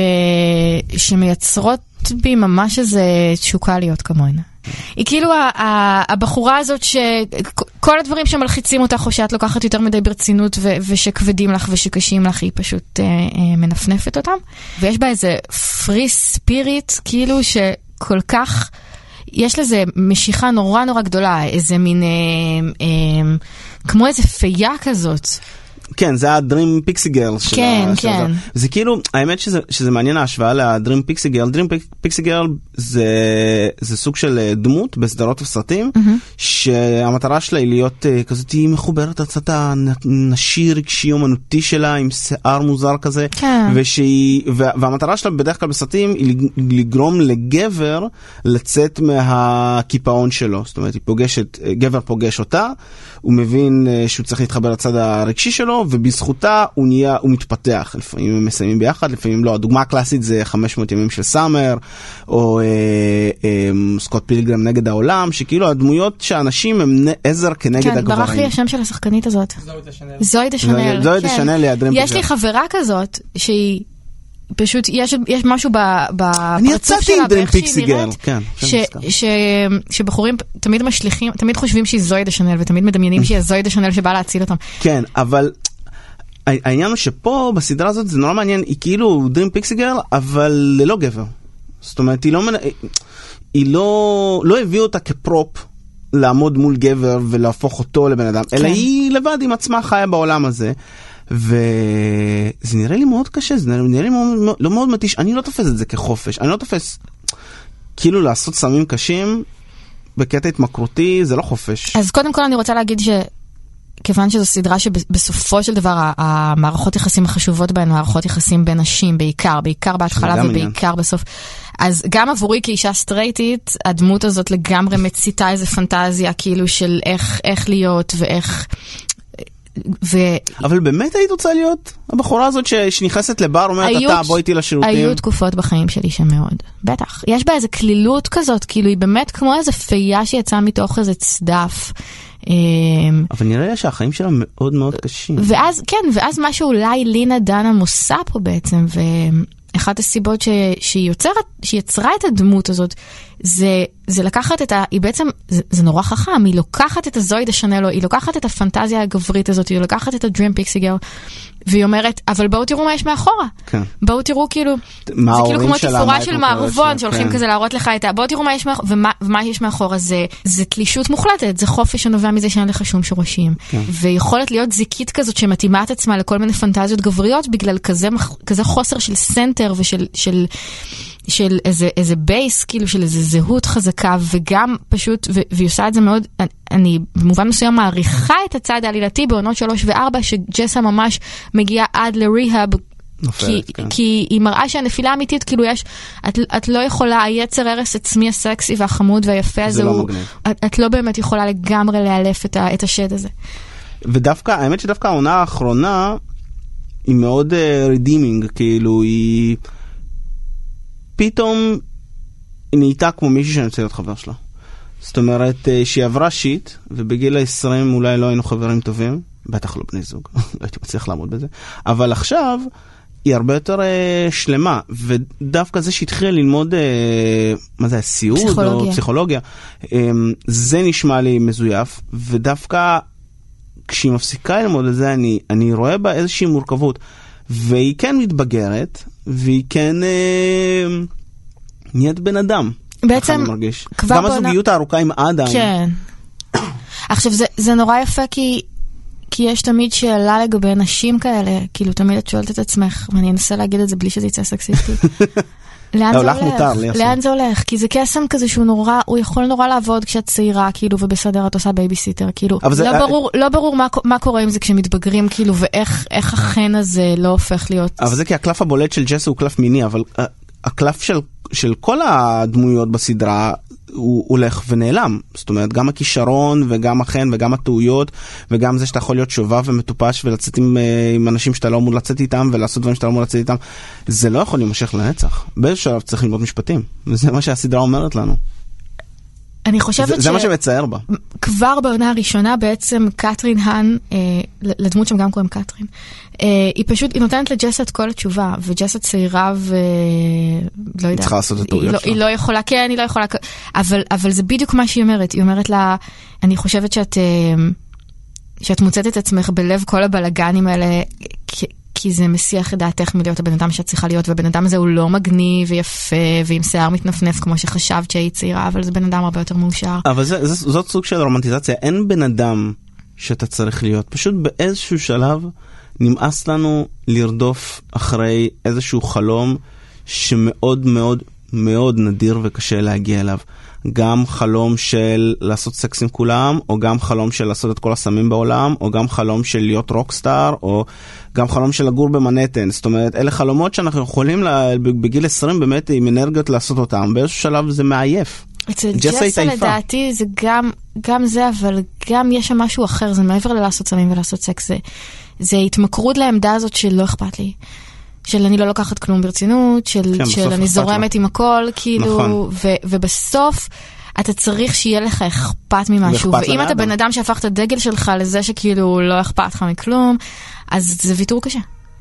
שמייצרות בי ממש איזה תשוקה להיות כמוהן. היא כאילו הבחורה הזאת שכל הדברים שמלחיצים אותך או שאת לוקחת יותר מדי ברצינות ו, ושכבדים לך ושקשים לך, היא פשוט אה, אה, מנפנפת אותם. ויש בה איזה פרי ספיריט, כאילו שכל כך, יש לזה משיכה נורא נורא גדולה, איזה מין, אה, אה, כמו איזה פייה כזאת. כן, זה הדרים פיקסי גרל. כן, כן. זה כאילו, האמת שזה, שזה מעניין ההשוואה לדרים פיקסי גרל. דרים פיקסי גרל זה, זה סוג של דמות בסדרות וסרטים, שהמטרה שלה היא להיות כזאת, היא מחוברת לצד הנשי רגשי אומנותי שלה, עם שיער מוזר כזה, ושהיא, והמטרה שלה בדרך כלל בסרטים היא לגרום לגבר לצאת מהקיפאון שלו. זאת אומרת, היא פוגשת, גבר פוגש אותה, הוא מבין שהוא צריך להתחבר לצד הרגשי שלו, ובזכותה הוא נהיה, הוא מתפתח. לפעמים הם מסיימים ביחד, לפעמים לא. הדוגמה הקלאסית זה חמש מאות ימים של סאמר, או אה, אה, סקוט פילגרם נגד העולם, שכאילו הדמויות שהאנשים הם עזר כנגד כן, הגברים. ברח לי השם של השחקנית הזאת. זוהי דשנל. זוהי דשנל. זוהי דשנל לידרים יש לי חברה כזאת, שהיא פשוט, יש, יש משהו בפרצוף שלה, באיך שהיא נראית, כן, ש, ש, שבחורים תמיד משליחים, תמיד חושבים שהיא זוהי דשנל, ותמיד מדמיינים שהיא זוהי דשנל שבאה להציל אותם. כן, אבל העניין הוא שפה, בסדרה הזאת, זה נורא מעניין, היא כאילו דרים פיקסי גרל, אבל ללא גבר. זאת אומרת, היא לא, היא לא, לא הביאו אותה כפרופ, לעמוד מול גבר ולהפוך אותו לבן אדם, אלא היא לבד עם עצמה חיה בעולם הזה. וזה נראה לי מאוד קשה, זה נראה לי מאוד, לא מאוד מתיש. אני לא תופס את זה כחופש, אני לא תופס כאילו לעשות סמים קשים בקטע התמכרותי, זה לא חופש. אז קודם כל אני רוצה להגיד שכיוון שזו סדרה שבסופו של דבר המערכות יחסים החשובות בהן, מערכות יחסים בין נשים בעיקר, בעיקר בהתחלה ובעיקר בסוף. אז גם עבורי כאישה סטרייטית, הדמות הזאת לגמרי מציתה איזה פנטזיה כאילו של איך, איך להיות ואיך... ו... אבל באמת היית רוצה להיות הבחורה הזאת שנכנסת לבר, אומרת, אתה בוא איתי לשירותים. היו תקופות בחיים שלי שמאוד. בטח. יש בה איזו כלילות כזאת, כאילו היא באמת כמו איזו פייה שיצאה מתוך איזה צדף. אבל נראה לי שהחיים שלה מאוד מאוד קשים. ואז, כן, ואז מה שאולי לינה דנהאם עושה פה בעצם, ואחת הסיבות ש... שהיא יוצרת, שהיא יצרה את הדמות הזאת, זה, זה לקחת את ה... היא בעצם, זה, זה נורא חכם, היא לוקחת את הזוי דה שנלו, היא לוקחת את הפנטזיה הגברית הזאת, היא לוקחת את הדרים פיקסי גרל, והיא אומרת, אבל בואו תראו מה יש מאחורה. כן. בואו תראו כאילו, זה כאילו כמו תפאורה של מערבון, שהולכים כזה להראות לך את ה... בואו תראו מה יש מאחורה, ומה, ומה יש מאחורה, זה, זה תלישות מוחלטת, זה חופש שנובע מזה שאין לך שום שורשים. כן. ויכולת להיות זיקית כזאת שמתאימה את עצמה לכל מיני פנטזיות גבריות, בגלל כזה, כזה חוסר של סנטר ושל, של, של איזה, איזה בייס, כאילו של איזה זהות חזקה, וגם פשוט, ו, והיא עושה את זה מאוד, אני, אני במובן מסוים מעריכה את הצד העלילתי בעונות שלוש וארבע, שג'סה ממש מגיעה עד לריהאב, כי, כן. כי היא מראה שהנפילה האמיתית, כאילו יש, את, את לא יכולה, היצר הרס עצמי הסקסי והחמוד והיפה הזה, לא הוא, את, את לא באמת יכולה לגמרי להלף את, ה, את השד הזה. ודווקא, האמת שדווקא העונה האחרונה, היא מאוד רדימינג, uh, כאילו היא... פתאום היא נהייתה כמו מישהי שאני רוצה להיות חבר שלה. זאת אומרת, שהיא עברה שיט, ובגיל ה-עשרים אולי לא היינו חברים טובים, בטח לא בני זוג, לא הייתי מצליח לעמוד בזה, אבל עכשיו היא הרבה יותר uh, שלמה, ודווקא זה שהתחילה ללמוד, uh, מה זה, סיעוד פסיכולוגיה. או פסיכולוגיה, um, זה נשמע לי מזויף, ודווקא כשהיא מפסיקה ללמוד את זה, אני, אני רואה בה איזושהי מורכבות, והיא כן מתבגרת, והיא כן אה, נהיית בן אדם. בעצם, כבר גם בונה... הזוגיות הארוכה עם אדם. כן. עכשיו, זה, זה נורא יפה, כי, כי יש תמיד שאלה לגבי נשים כאלה, כאילו תמיד את שואלת את עצמך, ואני אנסה להגיד את זה בלי שזה יצא סקסיסטי. לאן זה הולך? לאן זה הולך? כי זה קסם כזה שהוא נורא, הוא יכול נורא לעבוד כשאת צעירה, כאילו, ובסדר את עושה בייביסיטר, כאילו. לא ברור, לא ברור מה, מה קורה עם זה כשמתבגרים, כאילו, ואיך, איך החן הזה לא הופך להיות. אבל זה כי הקלף הבולט של ג'סה הוא קלף מיני, אבל הקלף של, של כל הדמויות בסדרה, הוא הולך ונעלם. זאת אומרת, גם הכישרון וגם החן וגם הטעויות וגם זה שאתה יכול להיות שובב ומטופש ולצאת עם, עם אנשים שאתה לא אמור לצאת איתם ולעשות דברים שאתה לא אמור לצאת איתם. זה לא יכול להימשך לנצח. באיזשהו שלב צריך ללמוד משפטים. וזה מה שהסדרה אומרת לנו. אני חושבת זה, ש... זה מה שמצער בה. כבר בעונה הראשונה בעצם קטרין האן, אה, לדמות שם גם קוראים קטרין, אה, היא פשוט, היא נותנת לג'סה את כל התשובה, וג'סה צעירה ו... לא יודעת. צריכה לעשות את הטעויות שלה. היא לא יכולה, כן, היא לא יכולה, אבל, אבל זה בדיוק מה שהיא אומרת. היא אומרת לה, אני חושבת שאת, אה, שאת מוצאת את עצמך בלב כל הבלגנים האלה, כי... כי זה מסיח את דעתך מלהיות הבן אדם שאת צריכה להיות, והבן אדם הזה הוא לא מגניב ויפה, ועם שיער מתנפנף כמו שחשבת שהיא צעירה, אבל זה בן אדם הרבה יותר מאושר. אבל זה, זה, זאת סוג של רומנטיזציה. אין בן אדם שאתה צריך להיות. פשוט באיזשהו שלב נמאס לנו לרדוף אחרי איזשהו חלום שמאוד מאוד מאוד נדיר וקשה להגיע אליו. גם חלום של לעשות סקס עם כולם, או גם חלום של לעשות את כל הסמים בעולם, או גם חלום של להיות רוקסטאר, או גם חלום של לגור במנהטן. זאת אומרת, אלה חלומות שאנחנו יכולים בגיל עשרים באמת עם אנרגיות לעשות אותם. באיזשהו שלב זה מעייף. אצל ג'סה לדעתי זה גם, גם זה, אבל גם יש שם משהו אחר. זה מעבר ללעשות סמים ולעשות סקס. זה, זה התמכרות לעמדה הזאת שלא אכפת לי. של אני לא לוקחת כלום ברצינות, של, כן, של אני זורמת עם הכל, כאילו, נכון. ו, ובסוף אתה צריך שיהיה לך אכפת ממשהו, ואם אתה בן אדם שהפך את הדגל שלך לזה שכאילו לא אכפת לך מכלום, אז זה ויתור קשה.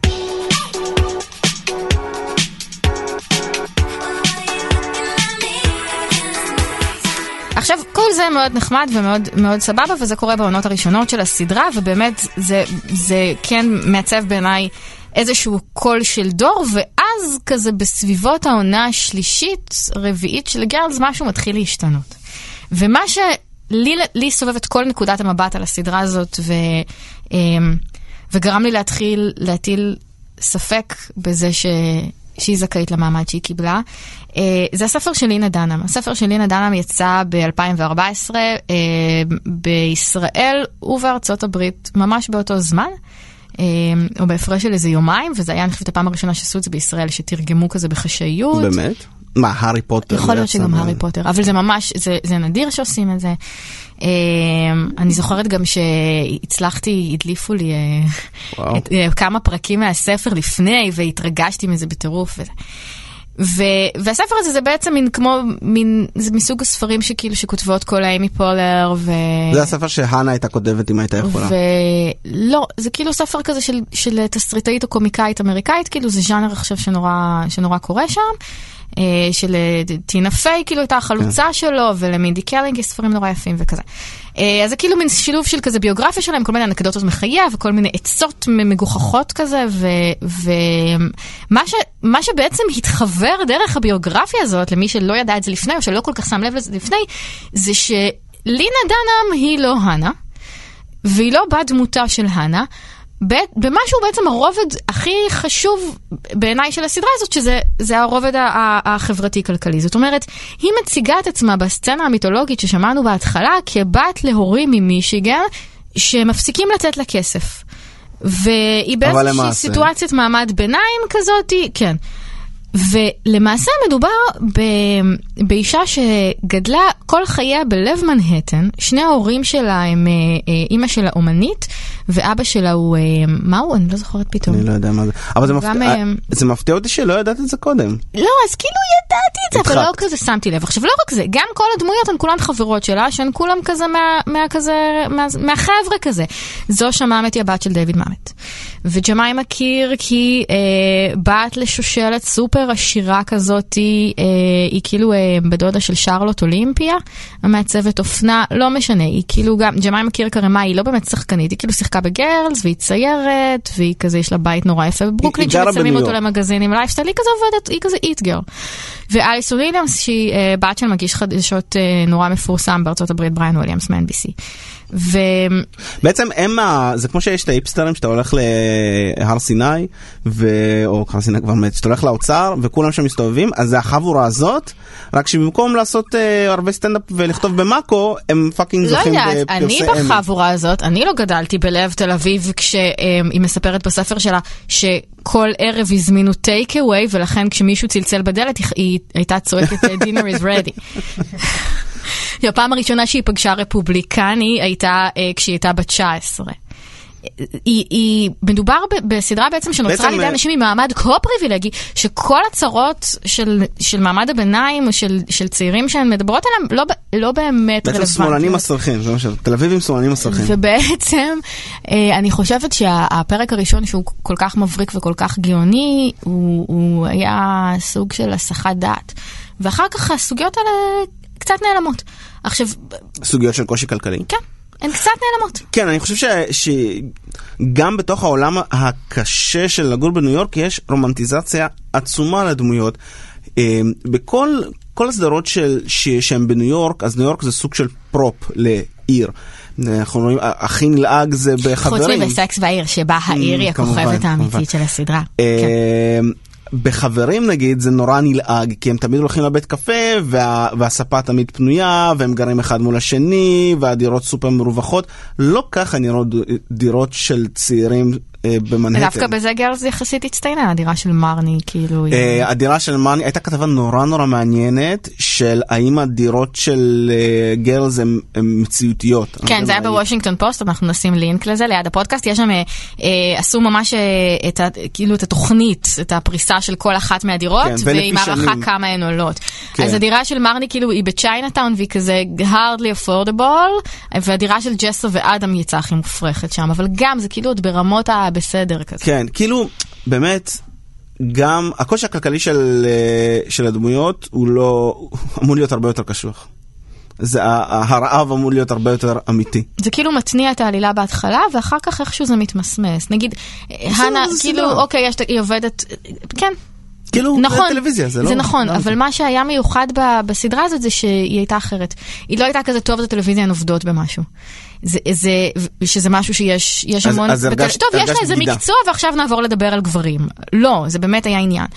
עכשיו, כל זה מאוד נחמד ומאוד מאוד סבבה, וזה קורה בעונות הראשונות של הסדרה, ובאמת זה, זה כן מעצב בעיניי איזשהו קול של דור, ואז כזה בסביבות העונה השלישית, רביעית של גרלס, משהו מתחיל להשתנות. ומה שלי לי סובב את כל נקודת המבט על הסדרה הזאת, ו, וגרם לי להתחיל להטיל ספק בזה ש... שהיא זכאית למעמד שהיא קיבלה. זה הספר של לינה דנהאם. הספר של לינה דנהאם יצא ב-אלפיים וארבע עשרה בישראל ובארצות הברית ממש באותו זמן. או בהפרש של איזה יומיים, וזה היה, אני חושבת, הפעם הראשונה שעשו את זה בישראל, שתרגמו כזה בחשאיות. באמת? מה, הארי פוטר? יכול להיות שגם הארי פוטר, אבל זה ממש, זה, זה נדיר שעושים את זה. אני זוכרת גם שהצלחתי, הדליפו לי את, כמה פרקים מהספר לפני, והתרגשתי מזה בטירוף וזה. ו- והספר הזה זה בעצם מין כמו, מין, זה מסוג הספרים שכאילו שכותבות כל האמי פולר ו... זה הספר שהנה הייתה כותבת אם הייתה יכולה. ולא, זה כאילו ספר כזה של, של תסריטאית או קומיקאית אמריקאית, כאילו זה ז'אנר עכשיו שנורא, שנורא קורה שם. של טינה פיי, כאילו הייתה החלוצה שלו, ולמינדי קלינג יש ספרים נורא יפים וכזה. אז זה כאילו מין שילוב של כזה ביוגרפיה שלהם, כל מיני אנקדוטות מחייב, וכל מיני עצות מגוחכות כזה, ומה שבעצם התחבר דרך הביוגרפיה הזאת, למי שלא ידע את זה לפני, או שלא כל כך שם לב לזה לפני, זה שלינה דנהאם היא לא הנה, והיא לא בת דמותה של הנה, במשהו בעצם הרובד הכי חשוב בעיניי של הסדרה הזאת, שזה זה הרובד החברתי-כלכלי. זאת אומרת, היא מציגה את עצמה בסצנה המיתולוגית ששמענו בהתחלה, כבת להורים ממישיגן, שמפסיקים לתת לה כסף. והיא באיזושהי סיטואציית מעמד ביניים כזאת, כן. ולמעשה מדובר ב... באישה שגדלה כל חייה בלב מנהטן, שני ההורים שלה הם אימא שלה אומנית, ואבא שלה הוא, מה הוא? אני לא זוכרת פתאום. אני לא יודע מה זה. אבל זה, מפתיע, הם... זה מפתיע אותי שלא ידעת את זה קודם. לא, אז כאילו ידעתי את זה, אבל לא כזה שמתי לב. עכשיו לא רק זה, גם כל הדמויות הן כולן חברות שלה, שהן כולם כזה מה, מה, כזה, מה, מהחבר'ה כזה. זו שממת היא הבת של דיוויד מאמט. וג'מיימה קירק היא אה, בת לשושלת סופר עשירה כזאת, אה, היא כאילו אה, בדודה של שרלוט אולימפיה, המעצבת אופנה, לא משנה, היא כאילו גם, ג'מיימה קירק הרמה היא לא באמת שחקנית, היא כאילו שיחקה בגרלס, והיא ציירת, והיא כזה, יש לה בית נורא יפה בברוקלין, שמצלמים אותו למגזינים לייפסטייל, היא כזה עובדת, היא כזה איט גרל. ואליס וויליאמס, שהיא אה, בת של מגיש חדשות אה, נורא מפורסם בארצות הברית, בריין וויליאמס מ-אן בי סי. ו... בעצם הם, זה כמו שיש את האיפסטרים שאתה הולך להר סיני ו... או הר סיני כבר מת, שאתה הולך לאוצר וכולם שם מסתובבים, אז זה החבורה הזאת, רק שבמקום לעשות uh, הרבה סטנדאפ ולכתוב במאקו, הם פאקינג זוכים בפרסי אמי. לא יודעת, אני בחבורה הזאת, אני לא גדלתי בלב תל אביב, כשהיא מספרת בספר שלה שכל ערב הזמינו טייק אווי, ולכן כשמישהו צלצל בדלת היא הייתה צועקת dinner is ready. הפעם הראשונה שהיא פגשה רפובליקני הייתה uh, כשהיא הייתה בת תשע עשרה. היא, היא מדובר ב, בסדרה בעצם שנוצרה על ידי אנשים ממעמד כה פריבילגי, שכל הצרות של, של מעמד הביניים או של, של צעירים שהן מדברות עליהם לא, לא באמת רלוונטיות. בעצם שמאלנים מסרחים, זה משהו, תל אביבים שמאלנים מסרחים. ובעצם אני חושבת שהפרק הראשון שהוא כל כך מבריק וכל כך גאוני, הוא, הוא היה סוג של הסחת דעת. ואחר כך הסוגיות האלה קצת נעלמות. עכשיו... סוגיות של קושי כלכלי? כן. הן קצת נעלמות. כן, אני חושב ש... שגם בתוך העולם הקשה של לגור בניו יורק יש רומנטיזציה עצומה לדמויות. בכל כל הסדרות של... ש... שהן בניו יורק, אז ניו יורק זה סוג של פרופ לעיר. אנחנו רואים, הכי נלעג זה בחברים. חוץ מבסקס והעיר, שבה העיר היא הכוכבת האמיתית של הסדרה. כן. בחברים נגיד זה נורא נלעג, כי הם תמיד הולכים לבית קפה וה, והספה תמיד פנויה והם גרים אחד מול השני והדירות סופר מרווחות. לא ככה נראות דירות של צעירים אה, במנהטן. דווקא בזה גרלס יחסית הצטיינה, הדירה של מרני כאילו. אה, הדירה של מרני הייתה כתבה נורא נורא מעניינת של האם הדירות של אה, גרלס הן מציאותיות. כן, זה היה בוושינגטון פוסט, אנחנו נשים לינק לזה ליד הפודקאסט. יש שם, אה, אה, עשו ממש אה, את, ה, כאילו את התוכנית, את הפריסה של כל אחת מהדירות, כן, והיא מערכה כמה הן עולות. כן. אז הדירה של מרני כאילו היא בצ'יינאטאון והיא כזה hardly affordable, והדירה של ג'סו ואדם יצאה הכי מופרכת שם, אבל גם זה כאילו עוד ברמות הבסדר כזה. כן, כאילו באמת גם הקושי הכלכלי של, של הדמויות הוא לא, אמור להיות הרבה יותר קשוח. זה, הרעב אמור להיות הרבה יותר אמיתי. זה כאילו מתניע את העלילה בהתחלה, ואחר כך איכשהו זה מתמסמס. נגיד, הנה, כאילו, אוקיי, היא עובדת, כן. כאילו, נכון, זה טלוויזיה, זה לא... זה נכון, אבל מה שהיה מיוחד בסדרה הזאת, זה שהיא הייתה אחרת. היא לא הייתה כזה טוב, את הטלוויזיה הן עובדות במשהו. זה, זה, שזה משהו שיש, יש המון... אז הרגשת טוב, יש לה איזה מקצוע, ועכשיו נעבור לדבר על גברים. לא, זה באמת היה עניין.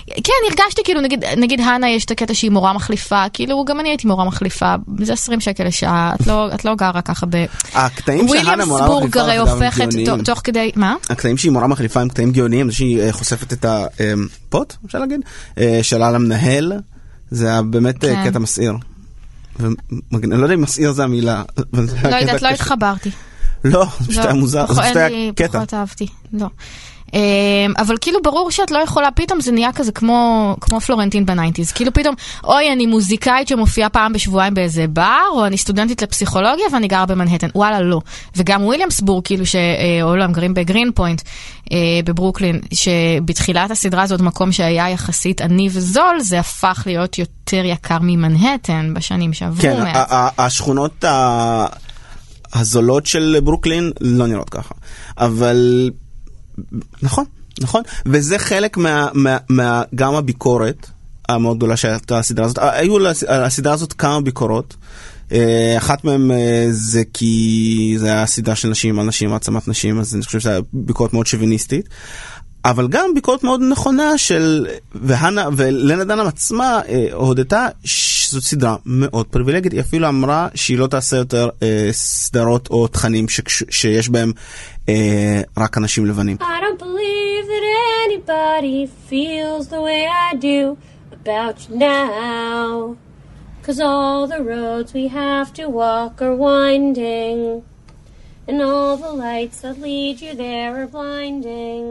כן, הרגשתי כאילו, נגיד, נגיד הנה יש את הקטע שהיא מורה מחליפה, כאילו גם אני הייתי מורה מחליפה, זה עשרים שקל לשעה, את לא, את לא גרה ככה ב... הקטעים שהנה מורה מחליפה הרי הופכת תוך כדי, מה? הקטעים שהיא מורה מחליפה הם קטעים גאוניים, זה שהיא חושפת את הפוט, אפשר להגיד, שאלה למנהל, זה באמת קטע מסעיר. אני לא יודע אם מסעיר זה המילה. לא יודעת, לא התחברתי. לא, זה פשוט היה מוזר, זה פשוט היה קטע. פחות אהבתי, לא. אבל כאילו ברור שאת לא יכולה, פתאום זה נהיה כזה כמו, כמו פלורנטין בניינטיז, כאילו פתאום, אוי, אני מוזיקאית שמופיעה פעם בשבועיים באיזה בר, או אני סטודנטית לפסיכולוגיה ואני גרה במנהטן, וואלה לא. וגם וויליאמסבורג, כאילו שאולו, הם גרים בגרין פוינט, בברוקלין, שבתחילת הסדרה הזאת מקום שהיה יחסית עני וזול, זה הפך להיות יותר יקר ממנהטן בשנים שעברו. כן, השכונות הזולות של ברוקלין לא נראות ככה, אבל... נכון, נכון, וזה חלק מה, מה, מה, גם הביקורת המאוד גדולה שהייתה הסדרה הזאת. היו לסדרה הזאת כמה ביקורות, אחת מהן זה כי זה היה סדרה של נשים על נשים, העצמת נשים, אז אני חושב שזה היה ביקורת מאוד שוביניסטית, אבל גם ביקורת מאוד נכונה של, והנה, ולנה דנהאם עצמה הודתה שזאת סדרה מאוד פריבילגית, היא אפילו אמרה שהיא לא תעשה יותר אה, סדרות או תכנים ש, שיש בהם אה, רק אנשים לבנים. I don't believe that anybody feels the way I do about you now, 'cause all the roads we have to walk are winding, and all the lights that lead you there are blinding.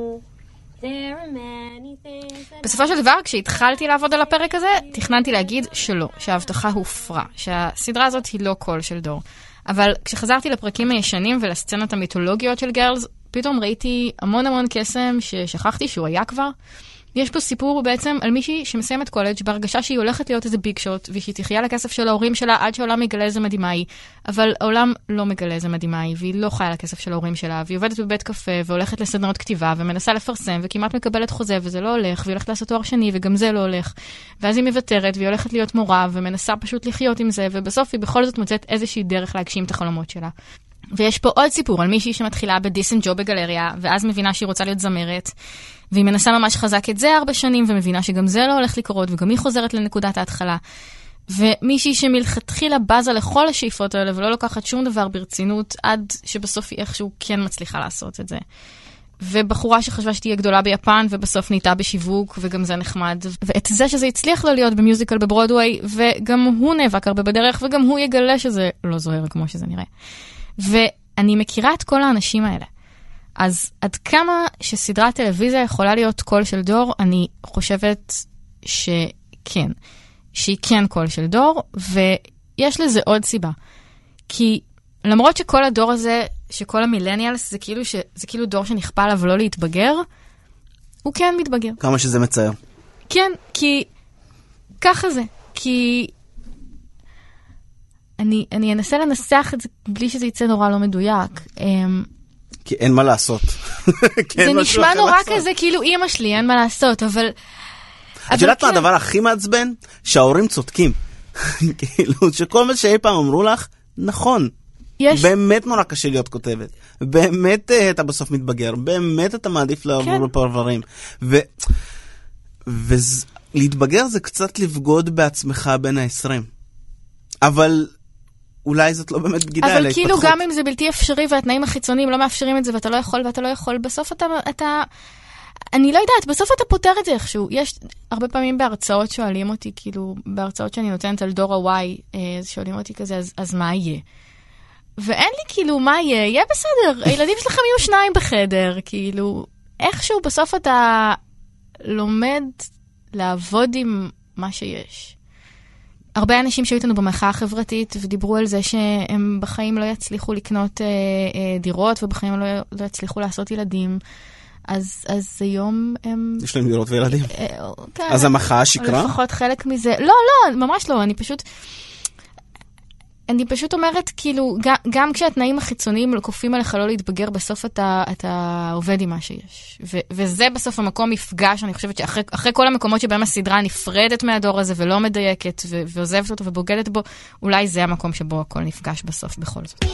בסופו של דבר, כשהתחלתי לעבוד על הפרק הזה, תכננתי להגיד שלא, שההבטחה הופרה, שהסדרה הזאת היא לא קול של דור. אבל כשחזרתי לפרקים הישנים ולסצנות המיתולוגיות של גרלס, פתאום ראיתי המון המון קסם ששכחתי שהוא היה כבר. יש פה סיפור בעצם על מישהי שמסיימת קולג' בהרגשה שהיא הולכת להיות איזה ביג שוט, ושהיא תחיה לכסף של ההורים שלה עד שהעולם יגלה איזה מדהימה היא. אבל העולם לא מגלה איזה מדהימה היא, והיא לא חיה לכסף של ההורים שלה, והיא עובדת בבית קפה, והולכת לסדנות כתיבה, ומנסה לפרסם, וכמעט מקבלת חוזה, וזה לא הולך, והיא הולכת לעשות תואר שני, וגם זה לא הולך. ואז היא מוותרת, והיא הולכת להיות מורה, ומנסה פשוט לחיות עם זה, ובסוף היא בכל זאת מוצאת איזושהי דרך להגשים את החלומות שלה. ויש פה עוד סיפור על מישהי שמתחילה בדיסנט ג'ו בגלריה, ואז מבינה שהיא רוצה להיות זמרת, והיא מנסה ממש חזק את זה ארבע שנים, ומבינה שגם זה לא הולך לקרות, וגם היא חוזרת לנקודת ההתחלה. ומישהי שמלכתחילה בזה לכל השאיפות האלה, ולא לוקחת שום דבר ברצינות, עד שבסוף היא איכשהו כן מצליחה לעשות את זה. ובחורה שחשבה שתהיה גדולה ביפן, ובסוף נהייתה בשיווק, וגם זה נחמד. ואת זה שזה הצליח לו להיות במיוזיקל בברודווי, וגם הוא נאבק הרבה בדרך, וגם הוא יגלה שזה לא זוהר כמו שזה נראה. ואני מכירה את כל האנשים האלה. אז עד כמה שסדרת טלוויזיה יכולה להיות קול של דור, אני חושבת שכן. שהיא כן קול של דור, ויש לזה עוד סיבה. כי למרות שכל הדור הזה, שכל המילניאלס, זה כאילו, ש... זה כאילו דור שנכפה עליו לא להתבגר, הוא כן מתבגר. כמה שזה מצער. כן, כי ככה זה. כי אני, אני אנסה לנסח את זה בלי שזה יצא נורא לא מדויק. כי אין מה לעשות. זה נשמע נורא כזה, כאילו אמא שלי, אין מה לעשות, אבל... את יודעת מה הדבר הכי מעצבן? שההורים צודקים. כאילו, שכל מה שאי פעם אמרו לך, נכון. באמת נורא קשה להיות כותבת. באמת אתה בסוף מתבגר. באמת אתה מעדיף לעבור לפרברים. ולהתבגר זה קצת לבגוד בעצמך בין העשרים. אבל... אולי זאת לא באמת בגידה, אלא התפתחות. אבל כאילו גם אם זה בלתי אפשרי והתנאים החיצוניים לא מאפשרים את זה ואתה לא יכול ואתה לא יכול, בסוף אתה, אתה, אני לא יודעת, בסוף אתה פותר את זה איכשהו. יש הרבה פעמים בהרצאות שואלים אותי, כאילו בהרצאות שאני נותנת על דור הוואי, אז שואלים אותי כזה, אז, אז מה יהיה? ואין לי כאילו מה יהיה, יהיה בסדר, הילדים שלכם יהיו שניים בחדר, כאילו איכשהו בסוף אתה לומד לעבוד עם מה שיש. הרבה אנשים שהיו איתנו במחאה החברתית ודיברו על זה שהם בחיים לא יצליחו לקנות אה, אה, דירות ובחיים לא, לא יצליחו לעשות ילדים. אז, אז היום הם... יש להם דירות וילדים. אה, כן, אז המחאה שקרה? לפחות חלק מזה. לא, לא, ממש לא. אני פשוט... אני פשוט אומרת, כאילו, גם, גם כשהתנאים החיצוניים כופים עליך לא להתבגר, בסוף אתה, אתה עובד עם מה שיש. ו, וזה בסוף המקום מפגש, אני חושבת שאחרי אחרי כל המקומות שבהם הסדרה נפרדת מהדור הזה ולא מדייקת ו, ועוזבת אותו ובוגדת בו, אולי זה המקום שבו הכל נפגש בסוף בכל זאת.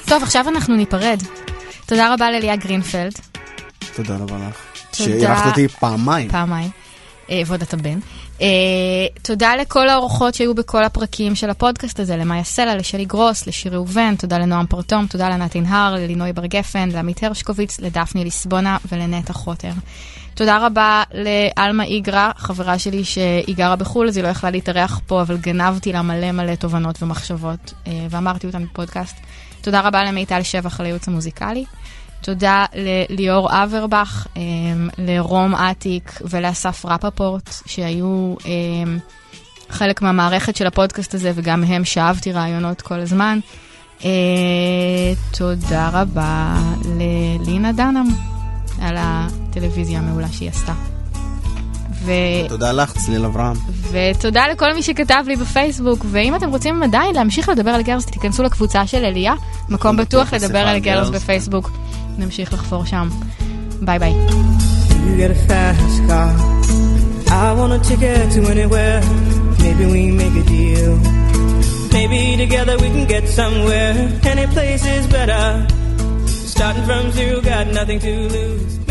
טוב, עכשיו אנחנו ניפרד. תודה רבה לליה גרינפלד. תודה רבה לך. שאירחת אותי פעמיים. פעמיים. ועוד אתה בן. תודה לכל האורחות שהיו בכל הפרקים של הפודקאסט הזה, למאיה סלע, לשלי גרוס, לשיר ראובן, תודה לנועם פרטום, תודה לנתין הר, ללינוי בר גפן, לעמית הרשקוביץ, לדפני ליסבונה ולנטע חוטר. תודה רבה לאלמה איגרה, חברה שלי שהיא גרה בחול, אז היא לא יכלה להתארח פה, אבל גנבתי לה מלא מלא תובנות ומחשבות, ואמרתי אותם בפודקאסט. תודה רבה למיטל שבח על הייעוץ המוזיקלי. תודה לליאור אברבך, לרום עתיק ולאסף רפפורט, שהיו חלק מהמערכת של הפודקאסט הזה, וגם הם שאהבתי רעיונות כל הזמן. תודה רבה ללינה דנם על הטלוויזיה המעולה שהיא עשתה. ו... תודה לך, צליל אברהם. ותודה לכל מי שכתב לי בפייסבוק, ואם אתם רוצים עדיין להמשיך לדבר על גרלס, תיכנסו לקבוצה של אליה, מקום בטוח לדבר על גרלס בפייסבוק. נמשיך לחפור שם. ביי ביי. You get a fast car. I want a ticket to anywhere. Maybe we make a deal. Maybe together we can get somewhere. Any place is better. Starting from zero, got nothing to lose.